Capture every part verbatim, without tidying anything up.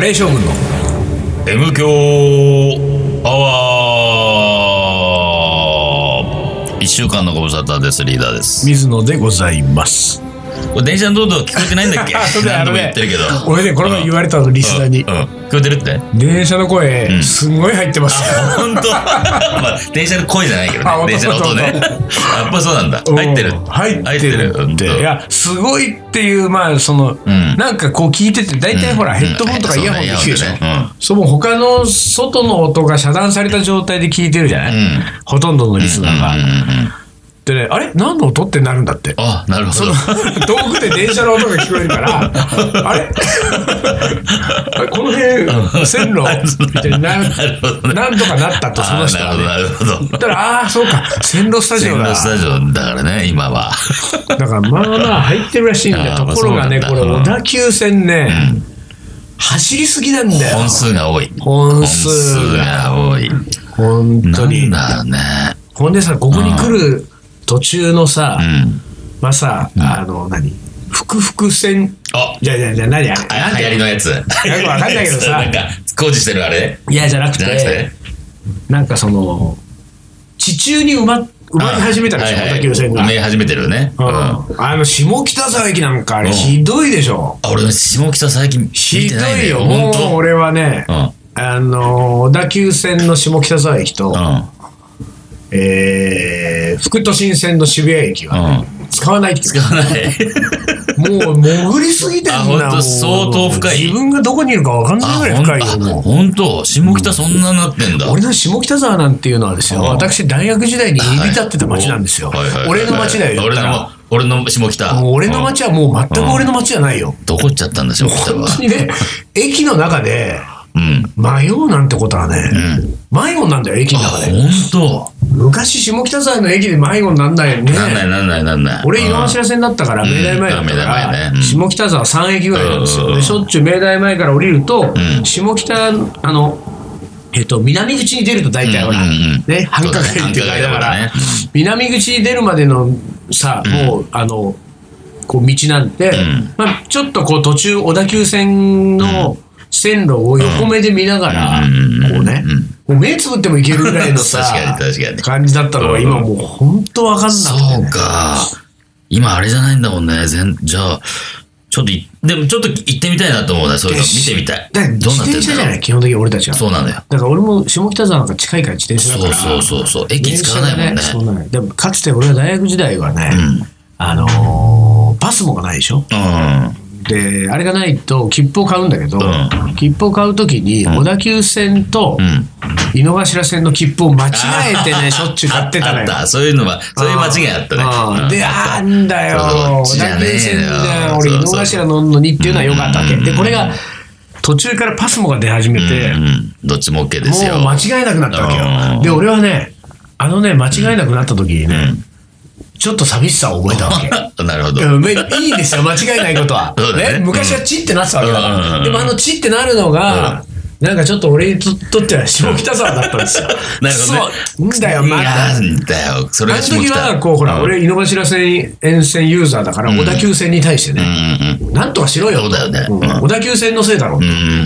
大将軍の M 強アワー。いっしゅうかんのご無沙汰です。リーダーです。 水野でございます。 これ電車の音聞こえてないんだっけ？何度も言ってるけど。 俺ね、この前言われたの、リスナーに、 うんうん、聞こえてるって？ 電車の声、うん、すんごい入ってます。 本当。まあ電車の声じゃないけどね。電車の音ね。やっぱそうなんだ。入ってる。 入ってるって。いや、すごいっていう、まあその、うん、なんかこう聞いてて、大体ほら、うん、ヘッドホンとかイヤホンで聞くでしょ。うん、そう、もう他の外の音が遮断された状態で聞いてるじゃない、うん、ほとんどのリスナーが。でね、あれ何の音ってなるんだって。 あ、なるほど。 遠くで電車の音が聞こえるからあれあれこの辺線路みたいに な, な, なんとかなったとその人はね。なるほど。だからああそうか線路スタジオだ。 線路スタジオだからね今は。 だからまあまあ入ってるらしいんだよ。ところがねこれ小田急線ね、うん、走りすぎなんだよ。 本数が多い。 本数が多い。 本当に。 なんだろうね。 ほんでさここに来る、うん途中のさ、うん、まあさ、うん、あの何複々線あじゃじゃじゃ何あれ流行りのやつよくわかんないけどさなんか工事してるあれいやじゃなくて、てなんかその地中に埋ま埋まり始めたでしょ小田急線が埋め始めてるね、 うんうん、あの下北沢駅なんかあれひどいでしょ、 うん、あ俺下北沢駅見てないね。 ひどいよもう俺はね、うん、あの小田急線の下北沢駅と、うんえー、副都心線の渋谷駅は、ねうん、使わないって使わないもう潜りすぎてるんだ。 本当相当深い。 自分がどこにいるか分かんないぐらい深いよ。もう本当下北そんななってんだ、 うん、俺の下北沢なんていうのはですよ、うん、私大学時代に入り浸ってた町なんですよ、はいはいはいはい、俺の町だよ。 俺の俺の下北もう俺の町はもう全く俺の町じゃないよ、 うん、どこ行っちゃったんだ下北は。 本当にね駅の中でうん、迷うなんてことはね、うん、迷子なんだよ駅の中で。 本当昔下北沢の駅で迷子になんないよね。 なんないなんないなんない。 俺井の頭線だったから、うん、明大前だったから、うんねうん、下北沢さん駅ぐらいなんですよ、うん、でしょっちゅう明大前から降りると、うん、下北あのえっと南口に出ると大体ほら、うんうんうん、ね繁華街っていうかあれだから、ね、南口に出るまでのさ、うん、もうあのこう道なんて、うんまあ、ちょっとこう途中小田急線の、うん線路を横目で見ながら、こうね、もう目つぶってもいけるぐらいのさ確かに確かに感じだったのが今もう本当わかんなくて、ね、 そうか今あれじゃないんだもんね。全じゃあちょっとでもちょっと行ってみたいなと思うな。そういうの見てみたい。 だ自転車じゃない基本的に俺たちは。 そうなんだよ。 だから俺も下北沢なんか近いから自転車だからそうそうそうそう駅使わないもんね。 そうなんでもかつて俺は大学時代はね、うん、あのー、パスモがないでしょ、うんであれがないと切符を買うんだけど、うん、切符を買うときに小田急線と井の頭線の切符を間違えてね、うん、しょっちゅう買ってたのよ。 あったそういうのはそういう間違いあったね。 あであんだよ小田急線で俺井の頭乗んのにっていうのは良かったわけでこれが途中からパスモが出始めて、うんうん、 どっちも OK ですよ。 もう間違えなくなったわけよ、うん、で俺はねあのね間違えなくなった時にね、うんちょっと寂しさを覚えたわけ。 なるほど。 いいんですよ、間違いないことは。ねね、昔はチってなってたわけだから。うん、でもあのチってなるのが、うんなんかちょっと俺にとっては下北沢だったんですよ。 なるほどね。 そう。んだよ、まだ。なんだよ。それが下北。 あの時は、こう、ほら、うん、俺、井の頭線沿線ユーザーだから、小田急線に対してね、うんうん、なんとかしろよ。 そうだよね。 うん、小田急線のせいだろ。うん、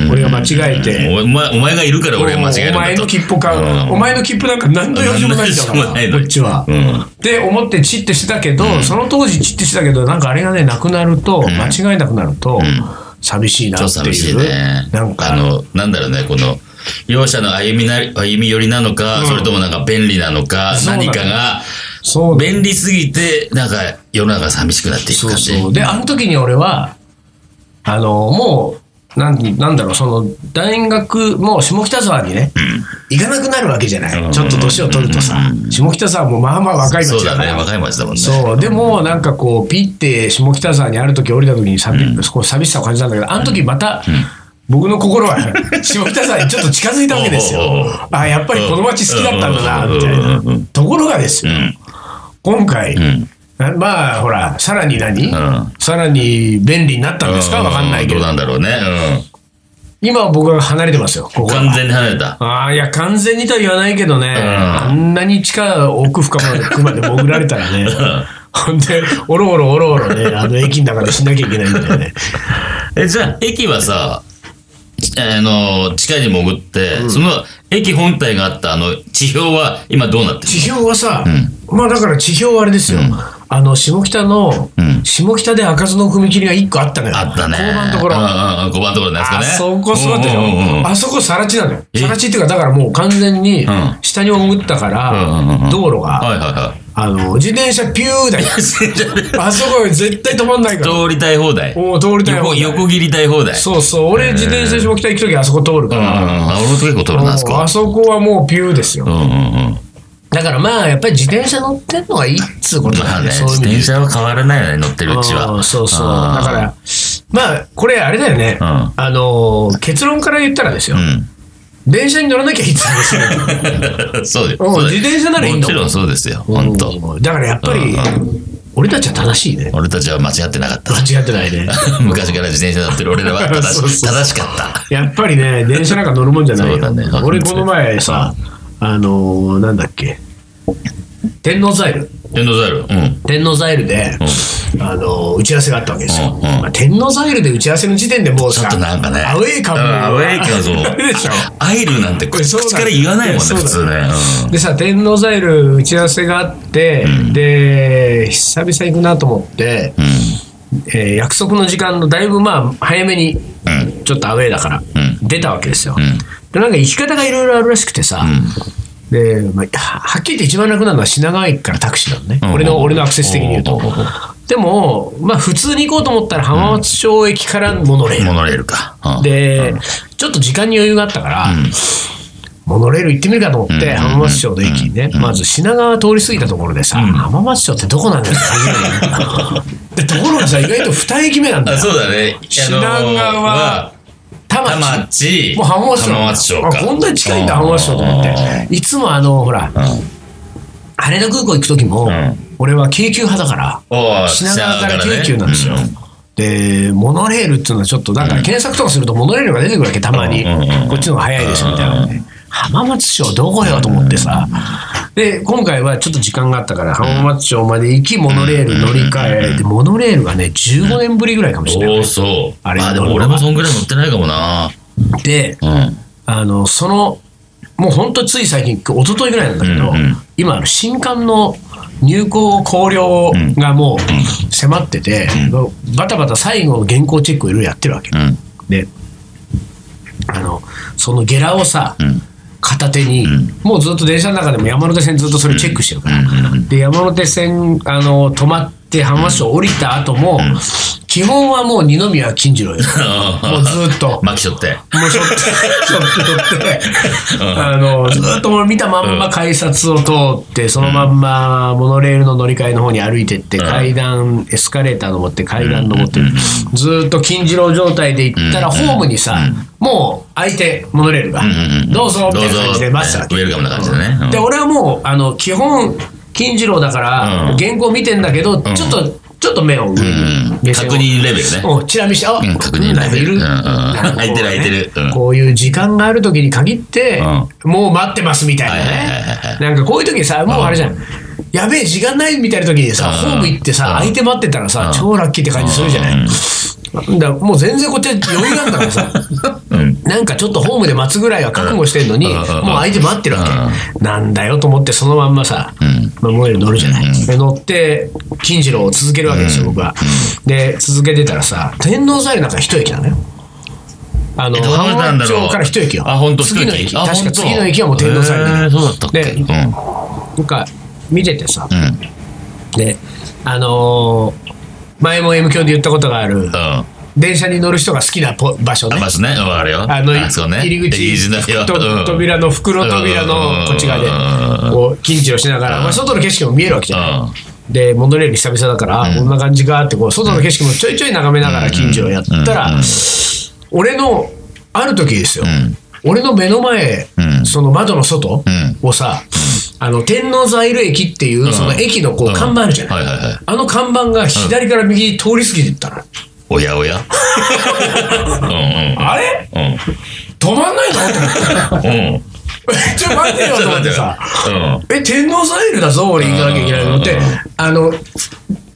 俺が間違えて、 うんお前。お前がいるから俺が間違えるんだと。 お前の切符買う。うん、お前の切符なんか何の用事もないんだから、こっちは。うん、で、思ってチってしてたけど、うん、その当時チってしてたけど、なんかあれがね、なくなると、間違えなくなると、うん寂しいなっていう。 寂しいね。なんかあのなんだろうねこの両者の歩みな歩み寄りなのか、うん、それともなんか便利なのか何かが便利すぎてなんか世の中が寂しくなっていく感じ。 そうそうであの時に俺はあのもうなん、なんだろうその大学も下北沢にね、うん、行かなくなるわけじゃない、うん、ちょっと年を取るとさ、うん、下北沢もまあまあ若い町だから。 そうだね若い町だもんね。 そうでもなんかこうピッて下北沢にある時降りた時に寂、うん、そこ寂しさを感じたんだけどあの時また、うん僕の心は下北沢にちょっと近づいたわけですよ。あやっぱりこの街好きだったんだなみたいな。ところがですよ、うん、今回、うんまあほらさらに何、うん、さらに便利になったんですかわかんないけどどうなんだろうね、 うん、今僕は離れてますよここ完全に離れた。 ああいや完全にとは言わないけどね、うん、あんなに地下奥深くまで潜られたらねほんでおろおろおろおろねあの駅の中でしなきゃいけないんだよねえじゃあ駅はさあの、地下に潜って、うん、その駅本体があったあの地表は今どうなってるの？ 地表はさ、うん、まあだから地表はあれですよ。うん、あの、下北の、うん、下北で開かずの踏切がいっこあったのよ。 あったね。 交番のところ。 交番のところなんですかね。 あそこそうだったよ。あそこさら地なのよ。さら地っていうか、だからもう完全に下に潜ったから、道路が。はいはいはい。あの、自転車ピューだよ。あそこ絶対止まんないから。 通りたい放題。 お通りたい放題。 横、横切りたい放題。 そうそう。俺自転車下北行くときあそこ通るから。 うん。あ、俺も結構通るな、あそこ。 あそこはもうピューですよ。うんうんうん。だからまあ、やっぱり自転車乗ってんのがいいっつうことなんだよね。 自転車は変わらないよね、乗ってるうちは。 そうそう。だから、まあ、これあれだよね。あの、結論から言ったらですよ。電車に乗らなきゃいいって言うんですよ。そうです。自転車ならいいんだもん。 もちろんそうですよ。本当。 だからやっぱり、俺たちは正しいね。 俺たちは間違ってなかった。 間違ってないね。 昔から自転車乗ってる俺らは正し正しかった。 やっぱりね、電車なんか乗るもんじゃないよ。そうだね。俺この前さ、あの、なんだっけ。天王ザイル。 天王ザイル。うん。 天王ザイルで、うん、あの、打ち合わせがあったわけですよ。うんうんまあ、天王ザイルで打ち合わせの時点でもうさ、 ちょっとなんかね、 アウェイ感も。 アウェイ感そう。アイルなんて口から言わないもんね、普通ね。 うん、でさ、天王ザイル打ち合わせがあって、うん、で、久々行くなと思って、うんえー、約束の時間のだいぶまあ、早めに、ちょっとアウェイだから、出たわけですよ。うん、で、なんか行き方がいろいろあるらしくてさ、うんでまあ、はっきり言って一番楽なのは品川駅からタクシーなのね、うん、俺の俺のアクセス的に言うと。でも、まあ、普通に行こうと思ったら浜松町駅からモノレール、 モノレールか、うん、 で、うん、ちょっと時間に余裕があったから、うん、モノレール行ってみるかと思って、うん、浜松町の駅にね、うん、まず品川通り過ぎたところでさ、うん、浜松町ってどこなんだよって感じでところがさ意外とに駅目なんだよ。 そうだね。 品川田町、 もう浜松町。 浜松町か。 こんなに近いんだ、浜松町と思って。いつもあの、ほら、羽田空港行くときも、俺は京急派だから、品川から京急なんですよ。で、モノレールっていうのはちょっと、だから検索とかするとモノレールが出てくるわけ、たまに。こっちの方が早いですみたいなね。浜松町どこよと思ってさ。で、今回はちょっと時間があったから、浜松町まで行き、モノレール乗り換え、で、モノレールがね、じゅうごねんぶりぐらいかもしれない。 おそう。あれあ、でも俺もそんぐらい乗ってないかもな。 で、うん、あの、その、もう本当つい最近、一昨日ぐらいなんだけど、うんうん、今、新刊の入稿考慮がもう迫ってて、うん、バタバタ最後の原稿チェックをいろいろやってるわけ。うん、で、あの、そのゲラをさ、うん片手に、うん、もうずっと電車の中でも山手線ずっとそれチェックしてるから、うん、で山手線あの止まって浜松町降りた後も、うん、基本はもう二宮金次郎よもうずっと巻きしょってもうしょってしょってしょってあのずっともう見たまんま改札を通ってそのまんまモノレールの乗り換えの方に歩いてって階段エスカレーター登って階段登ってずっと金次郎状態で行ったらホームにさもう相手モノレールがどうぞみたいな感じで待ってたわけ。 ウェルカムな感じでね。 で俺はもうあの基本金次郎だから原稿見てんだけどちょっとちょっと目を上に目線を確認レベルね。 おチラ見してあ確認レベル。空いてる空いてる。 こういう時間がある時に限ってもう待ってますみたいなね。なんかこういう時さもうあれじゃん。やべえ時間ないみたいな時にさホーム行ってさ相手待ってたらさ超ラッキーって感じするじゃない。だもう全然こっちは余裕なんだからさ、うん、なんかちょっとホームで待つぐらいは覚悟してんのに、うん、もう相手待ってるわけ、うん、なんだよと思ってそのまんまさ、うんまあ、モノレール乗るじゃない、うん、で乗って金次郎を続けるわけですよ、うん、僕は、うん、で続けてたらさ天王ザイルなんか一駅なのよあの浜松町から一駅よあ本当次の駅確か次の駅はもう天王ザイルだ、えー、そうだったっけ、 で、うん、なんか見ててさ、うん、であのー前も M 響で言ったことがある、うん、電車に乗る人が好きな場所ね。 場所ね、わかるよ。 あの、あそうね、入り口と扉の袋扉のこっち側でこう緊張しながら、まあ、外の景色も見えるわけじゃない。でモノレール久々だから、うん、こんな感じかってこう外の景色もちょいちょい眺めながら緊張をやったら、うん、俺のある時ですよ、うん、俺の目の前、うん、その窓の外をさ、うん、あの天王ザイル駅っていうその駅のこう看板あるじゃない、うんはいはいはい、あの看板が左から右に通り過ぎていったの、うん、 おやおやうん、うん、あれ、うん、止まんないのと思って、うんちょっと待ってよと思ってさ、うん、え天王ザイルだぞ俺行かなきゃいけないと思って、あの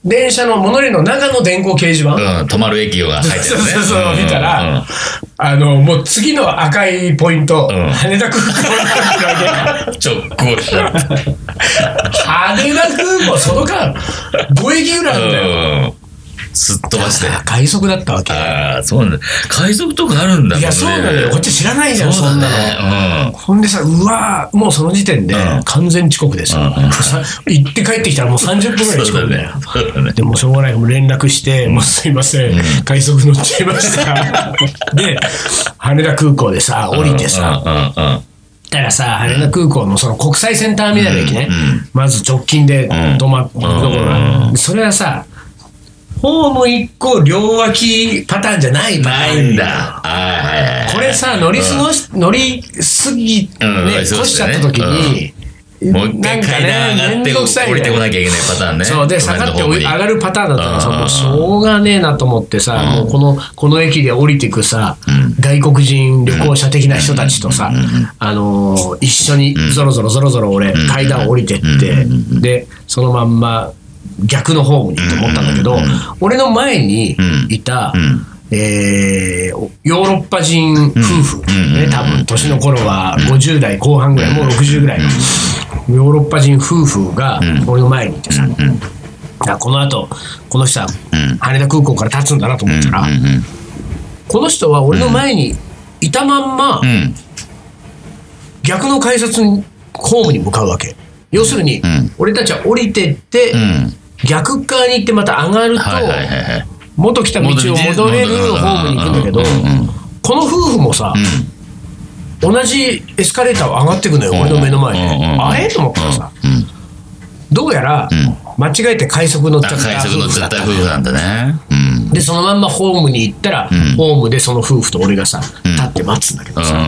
電車のモノレールの中の電光掲示板、 うん、止まる駅が入ってるね。 そうそうそう、見たら、あの、もう次の赤いポイント、羽田空港に直行しちゃった。 羽田空港、その間、ご駅ぐらいあるんだよ。 すっ飛ばして。 快速だったわけ。 ああ、そうなんだ。快速とかあるんだもんね。 いや、そうなんだよ。こっち知らないじゃん、そんなの。ほんでさ、うわー、もうその時点で完全遅刻でさ、行って帰ってきたらもうさんじゅっぷんぐらい遅刻だよ。でもしょうがないから連絡して、もうすいません、快速乗っちゃいました。で、羽田空港でさ、降りてさ、たらさ、羽田空港のその国際線ターミナル駅ね、まず直近で止まったところが、それはさ、ホーム一個両脇パターンじゃないパターン。 ないんだ。 これさ、乗り過ごし、乗り過ぎ、ね、越しちゃった時に、 もう一回階段上がって降りてこなきゃいけないパターンね。 そうで、下がって上がるパターンだったらさ、もうしょうがねえなと思ってさ、もうこの、この駅で降りてくさ、外国人旅行者的な人たちとさ、あの、一緒にぞろぞろぞろぞろ俺、階段降りてって、で、そのまんま、逆のホームにと思ったんだけど、うんうん、俺の前にいた、うん、えー、ヨーロッパ人夫婦、うんね、多分年の頃はごじゅう代後半ぐらい、もうろくじゅうぐらいのヨーロッパ人夫婦が俺の前にいてさ、うん、この後この人は羽田空港から立つんだなと思ったら、うんうん、この人は俺の前にいたまんま、うん、逆の改札ホームに向かうわけ。要するに、うん、俺たちは降りてって、うん、逆側に行ってまた上がると、はいはいはいはい、元来た道を戻れるホームに行くんだけど、この夫婦もさ、うん、同じエスカレーターを上がっていくのよ、俺の目の前で。あれと思ったらさ、うん、どうやら、うん、間違えて快速乗っちゃった快速乗っちゃった夫婦なんだね。 うん、でそのまんまホームに行ったら、うん、ホームでその夫婦と俺がさ、立って待つんだけどさ、うん、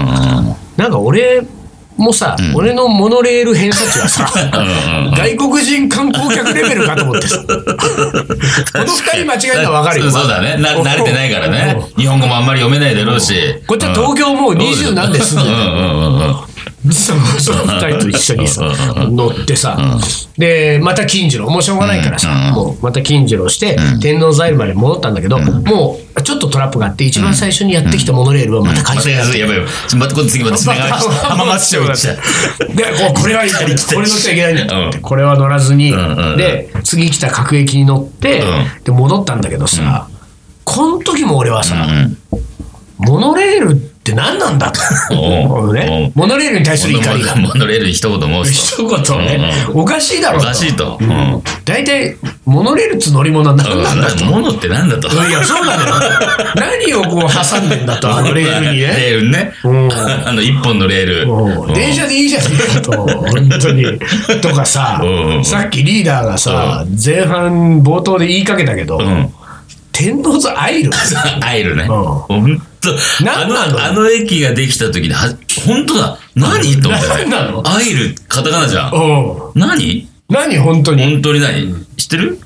なんか俺もうさ、うん、俺のモノレール偏差値はさ外国人観光客レベルかと思ってさこの二人間違えたら分かるよ。 そうだね、な慣れてないからね。日本語もあんまり読めないだろうし、 こっちは東京もう二十何で住んでるんだよ。その二人と一緒にさ乗ってさ、でまた近所のもうしょうがないからさ、もうまた近所をして天王洲まで戻ったんだけど、もうちょっとトラップがあって、一番最初にやってきたモノレールはまた改札やって、 やばいよ、また今度次また品川浜松町行っちゃう。 でこれはいいんだ、これ乗っちゃいけないんだって、これは乗らずに、で次来た各駅に乗ってで戻ったんだけどさ、この時も俺はさ、モノレールって何なんだと、ね、モノレールに対する怒りが、 モノレールに一言申すと一言ね、うんうん、おかしいだろうと、 おかしいと、うん、 大体モノレールつ乗り物は何なんだと、 モノって何だと、 いやそうなんだよ何をこう挟んでんだと、あのレールにね、 レールね、うん、あの一本のレール、 うん、電車でいいじゃねえかと本当にとかさ、さっきリーダーがさ、前半冒頭で言いかけたけど、うん、天王洲アイルアイルね、うん何なの、あの駅ができた時に、本当だ、何と思って、 何なの、 アイル、カタカナじゃん。何何本当に本当に何知ってる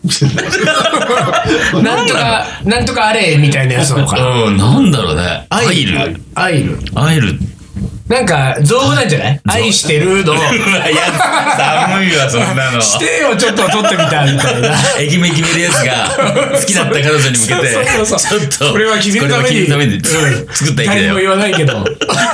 なんとか、なんとかあれみたいなやつなのかな。 うん、なんだろうね。 アイル。アイル。 アイル。 なんか、造語なんじゃない？愛してるの。いや、 寒いわ、そんなの。 してよ、ちょっと撮ってみた、みたいな。 駅名決めるやつが、好きだった彼女に向けて、 そうそうそう、ちょっと、これは決めるために作った駅だよ。 誰も言わないけど。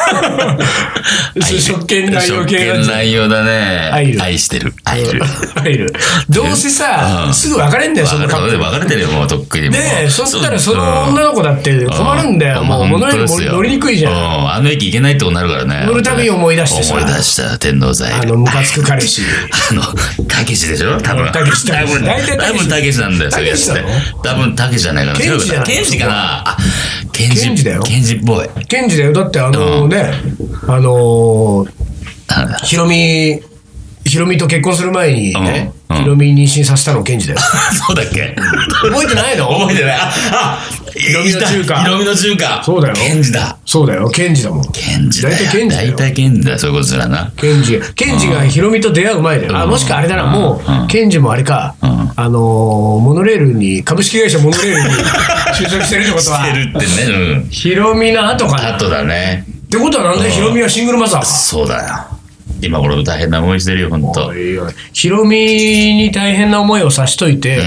職権乱用系なんじゃない？ 職権乱用だね。愛してる。愛る。 愛る。どうせさ、すぐ別れんだよ、そんなカップル。 別れてるよ、もうとっくに。 で、そしたらその女の子だって困るんだよ。もう、物より乗りにくいじゃん。 あの駅行けないってことになるからね。 乗るたびに思い出してさ、 思い出した天王洲アイル、 あのムカつく彼氏、 あのたけしでしょ、多分たけし、 多分多分たけしなんだよ、そういうやつって。多分たけしじゃないかな。 ケンジじゃない、 ケンジかな。あ、ケンジだよ、 ケンジっぽい。 ケンジだよ。だってあのね、あのヒロミヒロミと結婚する前にね、ヒロミ妊娠させたのケンジだよ。 そうだっけ？ 覚えてないの？ 覚えてない。あ、あ、 ヒロミの中華。 ヒロミの中華。 そうだよ。 ケンジだ。 そうだよ。ケンジだもん。 ケンジだよ。 大体ケンジだよ。 大体ケンジだよ。そういうことするな。 ケンジ。ケンジがヒロミと出会う前だよ。あ、もしかあれだな。もう、ケンジもあれか。あの、モノレールに、株式会社モノレールに就職してるってことは。 してるってね。 ヒロミの後かな。 後だね。 ってことはなんでヒロミはシングルマザーか。 そうだよ。今頃大変な思いしてるよ、ほんと。 ヒロミに大変な思いをさしといて、うん、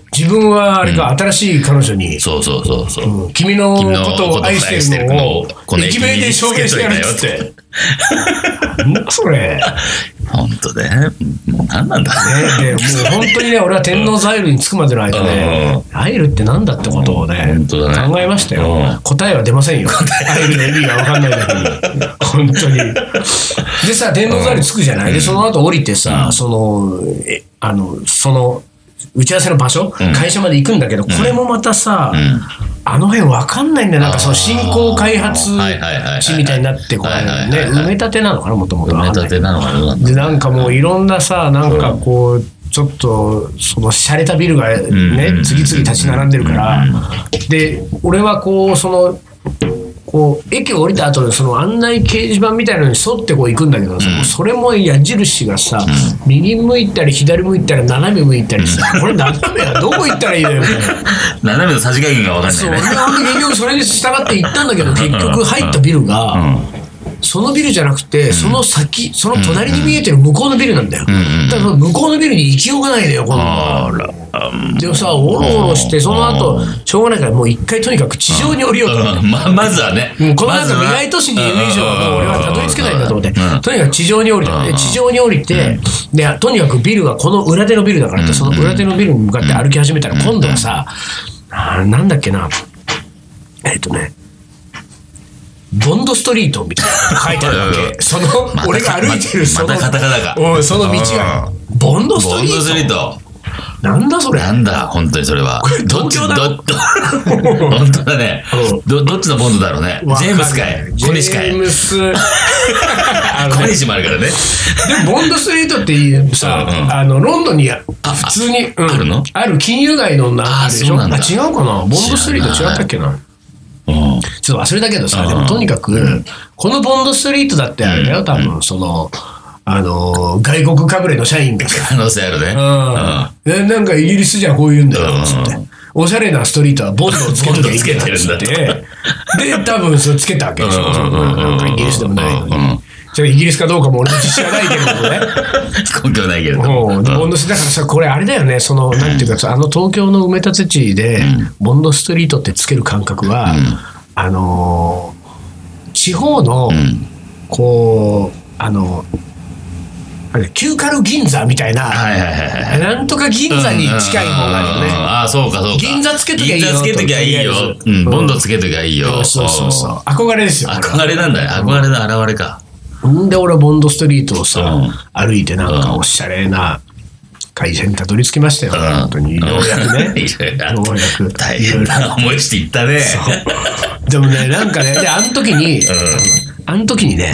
自分はあれか、うん、新しい彼女に、 そうそうそうそう、 うん、君のことを愛してるのを駅名で証明してやるっつって。なんだそれ。 本当ね、もう何なんだね。でもう本当にね、俺は天王ザイルに着くまでの間ね、アイルってなんだってことをね、ね考えましたよ、うん。答えは出ませんよ。アイルの意味が分かんないだけに。本当に。でさ、天王ザイル着くじゃない。で、その後降りてさ、うん、その、え、あの、その、打ち合わせの場所、うん、会社まで行くんだけど、これもまたさ、うん、あの辺分かんないんだよ。なんかその新興開発地みたいになってこうね、埋め立てなのかな、もともと。 埋め立てなのかな。 で、なんかもういろんなさ、なんかこう、ちょっとその洒落たビルがね、次々立ち並んでるから、で、俺はこう、その、こう駅を降りた後でその案内掲示板みたいなのに沿ってこう行くんだけどさ、うん、それも矢印がさ、うん、右向いたり左向いたり斜め向いたりさ、これ斜めはどこ行ったらいいのよみたいな。斜めのさじ加減が分かんないね。 そう、結局それに従って行ったんだけど、結局入ったビルが、うんうん、そのビルじゃなくて、その先、その隣に見えてる向こうのビルなんだよ。だから向こうのビルに行きようがないのよ、この。でもさ、おろおろして、その後、しょうがないから、もう一回とにかく地上に降りようと思って。 ま、まずはね。 この後、未来都市にいる以上はもう俺はたどり着けないんだと思って。とにかく地上に降りた。地上に降りて、で、とにかくビルがこの裏手のビルだからって、その裏手のビルに向かって歩き始めたら、今度はさ、なんだっけな、えっとね、ボンドストリートみたいなの書いてあるわけ。その、俺が歩いてるその、 またカタカナが。その道が、ボンドストリート。ボンドストリート。なんだそれ。 なんだ、本当にそれは。 これ東京だろ。 本当だね。ど、どっちのボンドだろうね。ジェームスかい。小西かい。 ジェームス。 小西もあるからね。 でも、ボンドストリートっていうさ、あの、ロンドンに普通に、 あるの？ ある金融街のなんでしょ？あ、違うかな。ボンドストリート違ったっけな。ちょっと忘れたけどさ、でもとにかく、このボンドストリートだってあれだよ、多分、その、あのー、外国かぶれの社員が可能性あるね。 うん。なんかイギリスじゃこう言うんだよ、つって。おしゃれなストリートはボンドをつけときゃいけないっつって。で、多分それつけたわけでしょ。なんかイギリスでもないのに。それイギリスかどうかも俺も知らないけれどもね。 根拠ないけれども。ボンドスだからさ、これあれだよね、その、なんていうか、あの東京の埋め立て地で、ボンドストリートってつける感覚は、あの、地方の、こう、あの、旧カル銀座みたいな、なんとか銀座に近いものがあるよね。 ああ、そうかそうか。 銀座つけときゃいいよ。 銀座つけときゃいいよ。ボンドつけときゃいいよ。 そうそうそう。憧れですよ。 憧れなんだね。憧れの表れか。 んで俺はボンドストリートをさ、歩いてなんかおしゃれな会社にたどり着きましたよ。本当に。ようやくね。ようやく。 大変な思いしていったね。 でもね、なんかね、で、あの時に、あの時にね、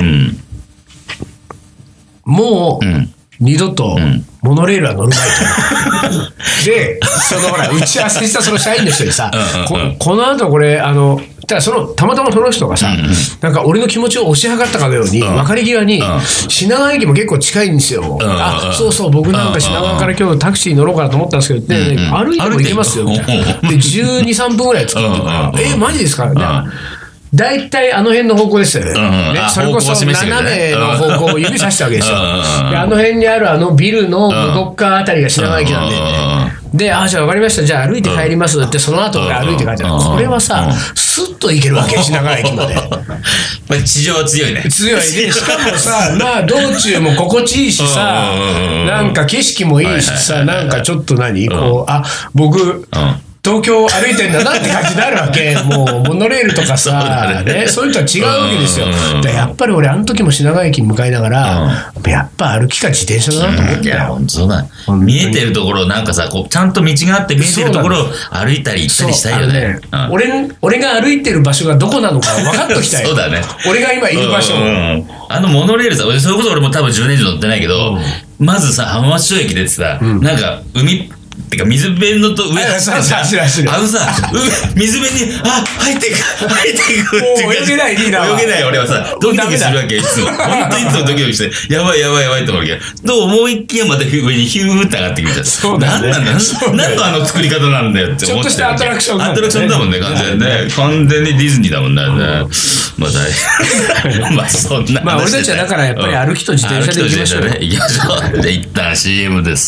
もう、二度と、モノレールは乗るまいと。で、そのほら、打ち合わせしたその社員の人にさ、こ, この後これ、あの、ただその、たまたまその人がさ、うんうん、なんか俺の気持ちを押し量ったかのように、うん、別れ際に、うん、品川駅も結構近いんですよ。うん、あ、そうそう、僕なんか品川から今日タクシーに乗ろうかなと思ったんですけど、ね、うんうん、歩いても行けますよ、みたいな。で、じゅうに、さんぷんぐらい着くんだから、え、マジですかみたいな。大体あの辺の方向ですよね。うんね、それこそ斜めの方向を指さしたわけですよ。で、あの辺にあるあのビルの向こう側あたりが品川駅なんで、ね。で、あ、じゃあ分かりました。じゃあ歩いて帰りますって、その後俺歩いて帰ったら、これはさ、スッと行けるわけ、品川駅まで。 地上は強いね。 強い。で、しかもさ、まあ道中も心地いいしさ、なんか景色もいいしさ、なんかちょっと何こう、あ、僕、東京歩いてんだなって感じになるわけ。もう、モノレールとかさ、ね、そういうのとは違うわけですよ。でやっぱり俺、あの時も品川駅に向かいながら、うん、やっぱ歩きか自転車だなと思って。いや、 本当そうだ。見えてるところ、なんかさ、こう、ちゃんと道があって見えてるところを歩いたり行ったりしたいよね。ねうん、俺、 俺が歩いてる場所がどこなのか分かっときたい。 そうだね。 俺が今いる場所。うんうん、 あのモノレールさ、それこそ俺も多分じゅうねん以上乗ってないけど、うん、まずさ、浜松町駅出てさ、うん、なんか、海、てか水辺のと上がさ、あのさ、水辺に、あ、入っていく、入っていくってもう泳げないリーダーは。泳げない俺はさ、ドキドキするわけ、いつも。ほんといつもドキドキして、やばいやばいやばいって思うけど、と思いきやまた上にヒューって上がってくるじゃん。 そうだね。 なんなんだ、なんのあの作り方なんだよって思って。 ちょっとしたアトラクションだもんね。アトラクションだもんね、完全にね。完全にディズニーだもんね。まあ大変。まあそんな。 まあ俺たちはだからやっぱり歩きと自転車で行きましょう。 行きましょう。で、一旦 シーエム です。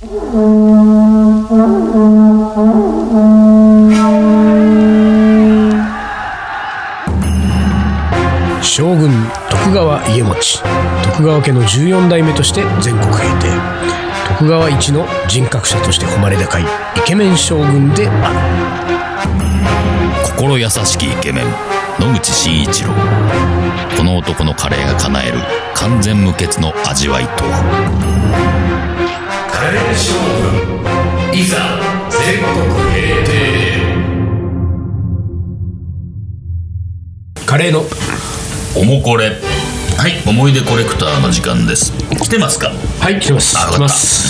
将軍徳川家茂、徳川家のじゅうよん代目として全国平定、徳川一の人格者として誉れ高いイケメン将軍である。心優しきイケメン野口真一郎。この男のカレーが叶える完全無欠の味わいとは。 カレー将軍いざ全国平定。カレーのおもこれ。はい、思い出コレクターの時間です。来てますか？ はい、来てます。来てます。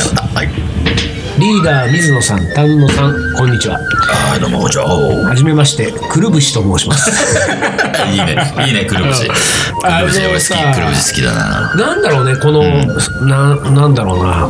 はい。 リーダー水野さん、丹野さん、こんにちは。 はい、どうも、じゃあ。 はじめまして、くるぶしと申します。 いいね、いいね、くるぶし。くるぶし俺好き、くるぶし好きだな。 なんだろうね、この、うん、な、なんだろうな、うん。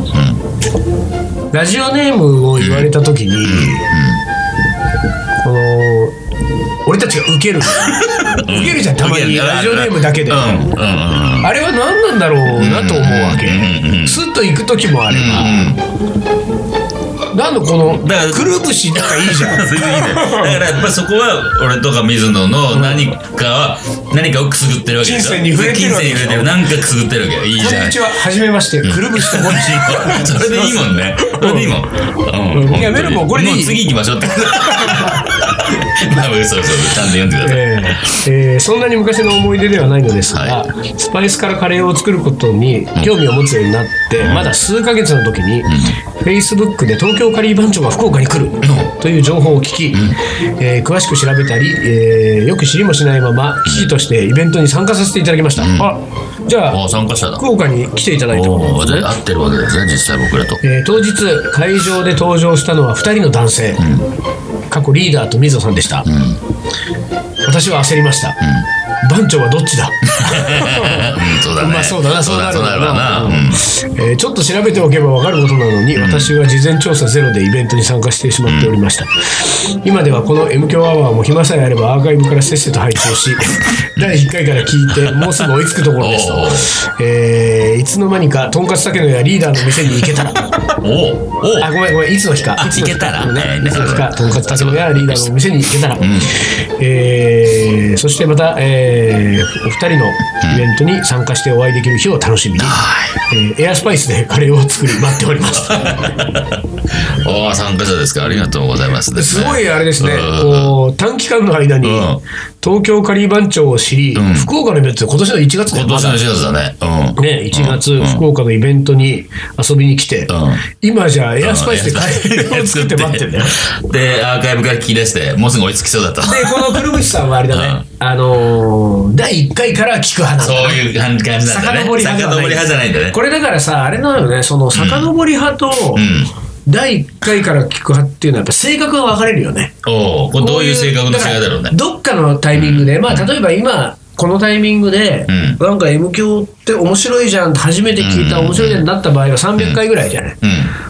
ラジオネームを言われたときに、うんうん、この、俺たちがウケる。ウケるじゃん、たまにラジオネームだけで。うんうんうん、あれは何なんだろうなと思うわけ。スッと行く時もあれば、うん、なんでこのくるぶしなんかいいじゃん。 それでいいね。だからやっぱそこは俺とか水野の何かは、うん、何かをくすぐってるわけでしょ。金銭に触れてるわけでしょ。何かくすぐってるわけ。いいじゃん。 こんにちは、はじめまして、くるぶしと申します。 それでいいもんね。それでいいもん。 うん、いやメルもこれでいい。 もう次行きましょうって。まあ、そうそう、ちゃんと読んでください。 えーえー、そんなに昔の思い出ではないのですが、はい、スパイスからカレーを作ることに興味を持つようになって、うん、まだ数ヶ月の時に、うん、Facebook で東京カリー番長が福岡に来る、うん、という情報を聞き、うんえー、詳しく調べたり、えー、よく知りもしないまま記事としてイベントに参加させていただきました。うん、あ、じゃあ参加者だ。 福岡に来ていただいたことですね。 合ってるわけですね、実際僕らと。 えー、当日会場で登場したのはふたりの男性、うん過去リーダーと水野さんでした。うん、私は焦りました。うん、番長はどっちだ？ うん、そうだね。 まあそうだな、そうなるわな。 うんえー、ちょっと調べておけば分かることなのに、うん、私は事前調査ゼロでイベントに参加してしまっておりました。うん、今ではこの M 強アワーも暇さえあればアーカイブからせっせと拝聴し、だいいっかいから聞いてもうすぐ追いつくところですと。えー、いつの間にかとんかつ竹野やリーダーの店に行けたら。おおあごめんごめんいつの日かいつの日かねいつの日かとんかつ竹野やリーダーの店に行けたら。うんえー、そしてまた、えー、お二人のイベントに参加してお会いできる日を楽しみに、うんえー、エアスパイスでカレーを作り待っております。 お参加者ですか。ありがとうございますです、 ね、すごいあれですね、こう短期間の間に東京カリー番長を知り、うん、福岡のイベント今年のいちがつ今年のいちがつだね、 うん、ねいちがつ、うん、福岡のイベントに遊びに来て、うん、今じゃあエアスパイスでカレーを作って待ってるね。 でアーカイブから聞き出してもうすぐ追いつきそうだと。 でこのくるぶしさんはあれだね、うん、あのー、だいいっかいから聞く派なんだ、ね、 そういう感じなんだね。 遡り派じゃないんだね。 これだからさあれなのよね、その遡り派と、うんうんだいいっかいから聞く派っていうのはやっぱ性格が分かれるよね。 おこれどういう性格の違いだろうね。 どっかのタイミングで、うん、まあ例えば今このタイミングで、うん、なんか M 響って面白いじゃんって初めて聞いた、うん、面白いじゃんってなった場合はさんびゃっかいぐらいじゃない、うん、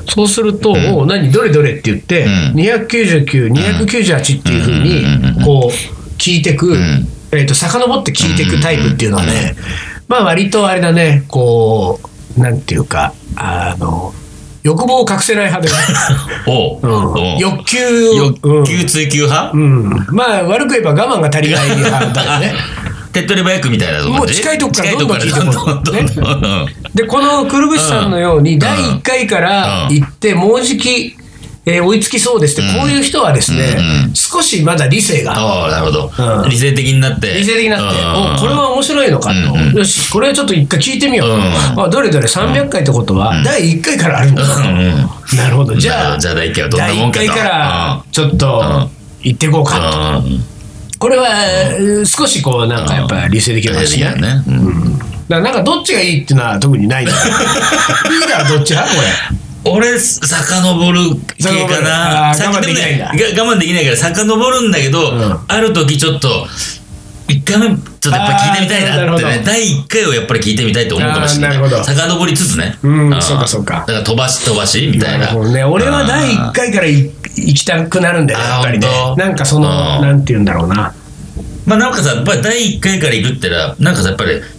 そうすると、うん、何どれどれって言って、うん、にひゃくきゅうじゅうきゅう、にひゃくきゅうじゅうはちっていうふうにこう聞いてく、うんえー、と遡って聞いてくタイプっていうのはね、まあ割とあれだね、こうなんていうかあの欲望を隠せない派で、ねおう、 うん、欲求欲求追求派、 うん、まあ悪く言えば我慢が足りない派だよね。 手っ取り早くみたいなところもう近いとこからどんどん聞いてこる、ね、でこのくるぶしさんのようにだいいっかいから行ってもうじきえー、追いつきそうですって、うん、こういう人はですね、うんうん、少しまだ理性があなるほど、うん、理性的になって理性的になって、うん、おこれは面白いのかと、うんうん、よしこれはちょっと一回聞いてみよう、うん、あどれどれさんびゃっかいってことは、うん、だいいっかいからあるんだと、うんうん、なるほどじゃあじゃあだいいっかいはどんなもんかとだいいっかいからちょっと行っていこうかと、うん、これは少しこうなんかやっぱり理性的な話ね、うんうん、だからなんかどっちがいいっていうのは特にないんだけどリーダーどっち派これ俺遡る系かな。 我慢できないんだ。 我慢できないから遡るんだけど、うん、ある時ちょっと一回目ちょっとやっぱり聞いてみたいなってね、だいいっかいをやっぱり聞いてみたいと思うかもしれない。遡りつつね。 うん、そうかそうか。 だから飛ばし飛ばしみたいな。 なるほどね。俺はだいいっかいから行きたくなるんだよやっぱりね。なんかそのなんて言うんだろうな。 まあなんかさやっぱりだいいっかいから行くってのはなんかさやっぱり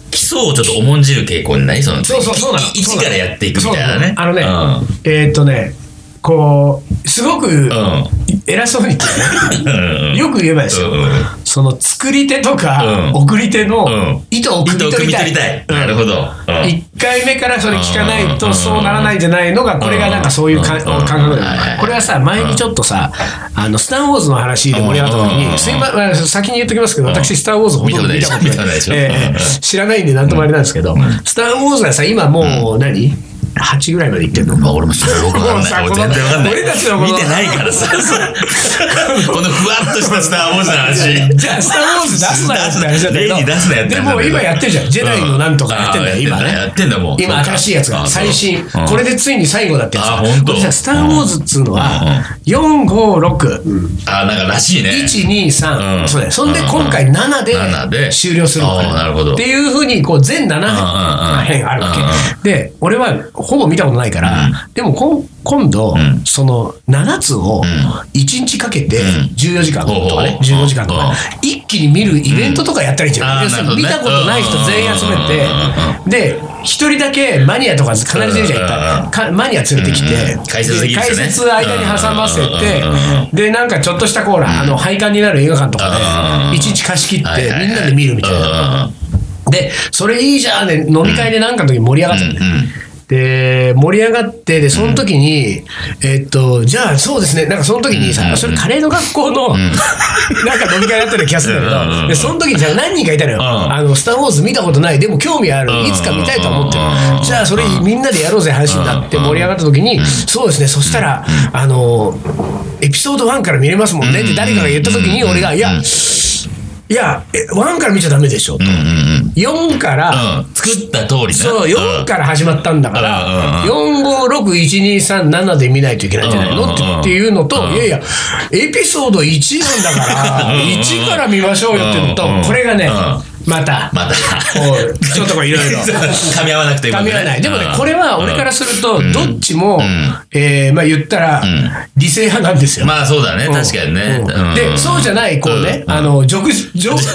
基礎をちょっと重んじる傾向にないそのそうそうそうなの。 一からやっていくみたいなね。 あのね、うん、えー、っとね、こう、すごく偉そうに言ってね、うん、よく言えばですよ、うん、その作り手とか、うん、送り手の意図を汲み取りたい。 うん、なるほど。 いっかいめからそれ聞かないとそうならないんじゃないのが、これがなんかそういう感覚だよ。これはさ、前にちょっとさ、あの、スター・ウォーズの話で盛り上がった時に、すいません、先に言っときますけど、私、スター・ウォーズほとんど見たことない。えー、知らないんでなんともあれなんですけど、スター・ウォーズはさ、今もう何はちぐらいまで行ってんの？ まあ、俺も知らない。僕わかんない。俺全然わかんない。 俺たちの見てないからさ。このふわっとしたスター・ウォーズの話。 じゃあ、スター・ウォーズ出すなよって話だけど。 例に出すなやってんだ。 でも今やってるじゃん。ジェダイのなんとかやってんだよ、今ね。 やってんだもん。 今新しいやつが。最新。これでついに最後だってやつ。 あ、ほんと。 スター・ウォーズっつうのは、よん、ご、ろく。 あ、なんからしいね。 いち、に、さん。そうだよ。そんで今回ななで終了するのかなるほど。 っていうふうに、こう、全なな編あるわけ。で、俺はほぼ見たことないから、でもこ今度、うん、そのななつをいちにちかけてじゅうよじかんとかね、じゅうごじかんとか一気に見るイベントとかやったらいいんじゃない？うん、見たことない人全員集めて、で一人だけマニアとか必ずいるじゃん、いっぱいマニア連れてきて、 解説できるんですよね。 解説間に挟ませて、でなんかちょっとしたコーラ、あの廃刊になる映画館とかでいちにち貸し切ってみんなで見るみたいな。でそれいいじゃんね、飲み会でなんかの時盛り上がったんだよ。で盛り上がって、でその時に、うん、えー、っとじゃあそうですね、なんかその時にさ、うん、それカレーの学校の、うん、なんか飲み会だったような気がするんだけど、でその時にじゃあ何人かいたのよ、うん、あのスター・ウォーズ見たことない、でも興味ある、いつか見たいと思ってる、うん、じゃあそれみんなでやろうぜ話になって盛り上がった時に、うん、そうですね、そしたら、うん、あのエピソードワンから見れますもんねって誰かが言った時に、俺がいや、いや、ワンから見ちゃダメでしょと、うんうんうん、よんから、 うん、作った通りね、 そう、よんから始まったんだから、うん、よん、ご、ろく、いち、に、さん、ななで見ないといけないんじゃないの、うん、ってっていうのと、うん、いやいやエピソードいちなんだからいちから見ましょうよっていうのと、うん、これがね、うんまた、 またちょっとこういろいろ噛み合わなくていい、 噛み合わない。でもね、これは俺からするとどっちも、えー、まあ言ったら理性派なんですよ。 まあそうだね、確かにね。 でそうじゃないこうね、あの情緒情緒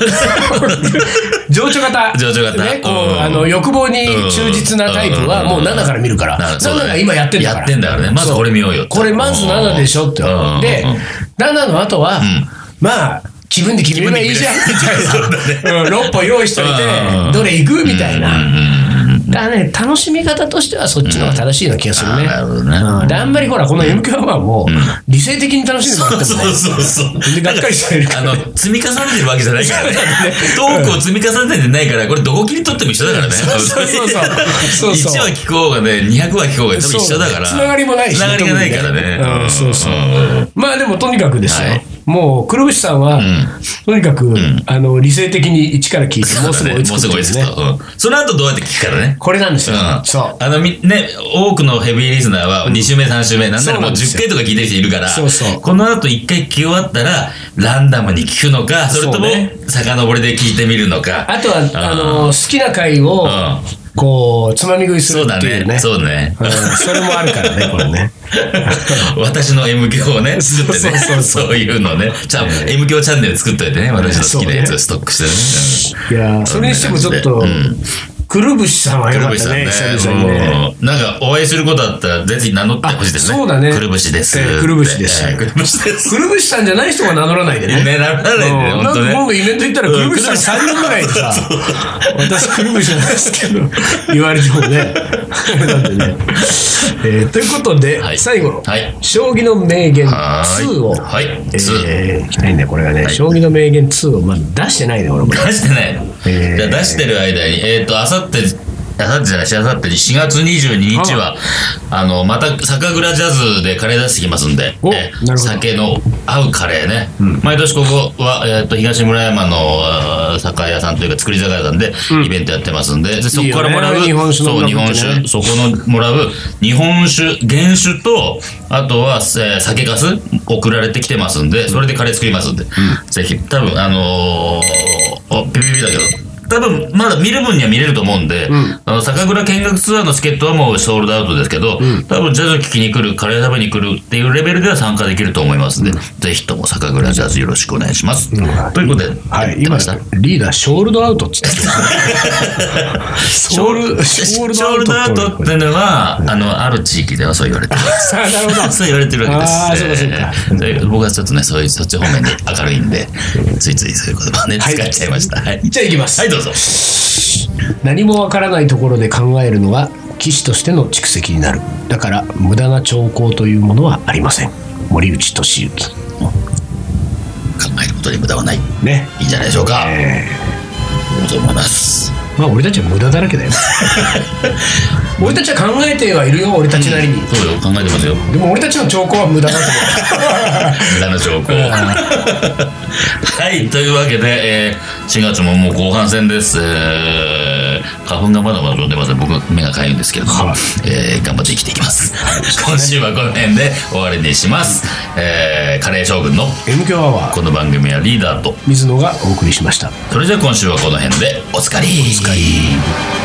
型情緒型ね、こうあの欲望に忠実なタイプはもうななから見るから、ななが今やってんだから。 やってんだからね。まずこれ見ようよ。 これまずななでしょって。でななの後はまあ。気分で決めればいいじゃんみたいな、ろっぽん用意しといてどれ行くみたいな。だからね、楽しみ方としてはそっちの方が正しいような気がするね。なるほどね。うん、であんまりほらこの エムキューワン も理性的に楽しんでもらってもね、 そうそうそうでがっかりされるから、ね、 あの積み重ねてるわけじゃないからね。トークを積み重ねてないから、これどこ切り取っても一緒だからね。そうそうそうそう。いちわ聞こうがね、にひゃくわ聞こうが多分一緒だから。つながりもないし、 つながりがないからね。 うん、そうそう。まあでもとにかくですよ。はい、もう黒渕さんは、うん、とにかく、うん、あの理性的に一から聞いてもうすぐ追いつくんですね。 うん、その後どうやって聞くからね。 これなんですよ。うん、そうあのね、多くのヘビーリスナーはに週目さん週目、なんならもうじゅっかいとか聞いてる人いるから、そうそう、この後いっかい聞き終わったらランダムに聞くのか、それとも遡りで聞いてみるのか。 あとはあの好きな回をこうつまみ食いするっていうね。 そうだね。 そうね。うん、それもあるからね、これね。 私の エム 響をね、作ってね、そうそうそうそういうのをね、ちゃん、エム 響チャンネル作っといてね、私の好きなやつをストックしてね。 いやー、それにしてもちょっと、くるぶしさんはよかったね、久々にね。 なんかお会いすることあったらぜひ名乗ってほしいですね。 そうだね。 くるぶしです。 くるぶしです。くるぶしです。くるぶしさんじゃない人が名乗らないでね。 ね、名乗らないでね。 なんか今度イベント行ったらくるぶしさんさんにんぐらいでさ、私くるぶしなんですけど、言われてもね。なんでね。ということで、最後の、将棋の名言ツーを、いきたいんだよ、これがね。将棋の名言ツーをまだ出してないね、俺も。 出してないの。じゃあ出してる間に、えっと、あさって、あさってじゃない、しあさってにしがつにじゅうににちは、あの、また酒蔵ジャズでカレー出してきますんで、え酒の合うカレーね。うん、毎年ここは、えっと、東村山の酒屋さんというか作り酒屋さんでイベントやってますんで、うん、でそこからもらう、いいね、日本酒の、そう、日本酒、そこのもらう日本酒、原酒と、あとは、えー、酒粕送られてきてますんで、それでカレー作りますんで、うん、ぜひ、多分、あのー、お、ピピピだけど、 多分、まだ見る分には見れると思うんで、うん、あの、酒蔵見学ツアーのチケットはもうソールドアウトですけど、うん、多分ジャズ聴きに来る、カレー食べに来るっていうレベルでは参加できると思いますので、うん、ぜひとも酒蔵ジャズよろしくお願いします。うん、ということで、 はい、今、リーダー、ショールドアウトって言ってショール、ショールドアウトっていうのは、あの、ある地域ではそう言われてます。 なるほど。 そう言われてるわけです。 ああ、そうかそうか。 えー、僕はちょっとね、そういう、そっち方面で明るいんで、ついついそういう言葉をね、使っちゃいました。はい。 じゃあ行きます。 はい、どうぞ。 何もわからないところで考えるのが騎士としての蓄積になる。だから無駄な兆候というものはありません。森内俊之。考えることに無駄はない。 ね。 いいんじゃないでしょうか。えー、と思います。 まあ俺たちは無駄だらけだよ。俺たちは考えてはいるよ、俺たちなりに。 うん、そうよ、考えてますよ。 でも俺たちの兆候は無駄だと思う。 無駄な兆候。はい、というわけで、えー、しがつももう後半戦です。えー、花粉がまだまだ飛んでません。僕目がかゆいんですけれども、はい、えー、頑張って生きていきます。今週はこの辺で終わりにします。えー、カレー将軍のエム 強アワー。 この番組はリーダーと水野がお送りしました。 それじゃあ今週はこの辺でおつかり。 おつかり。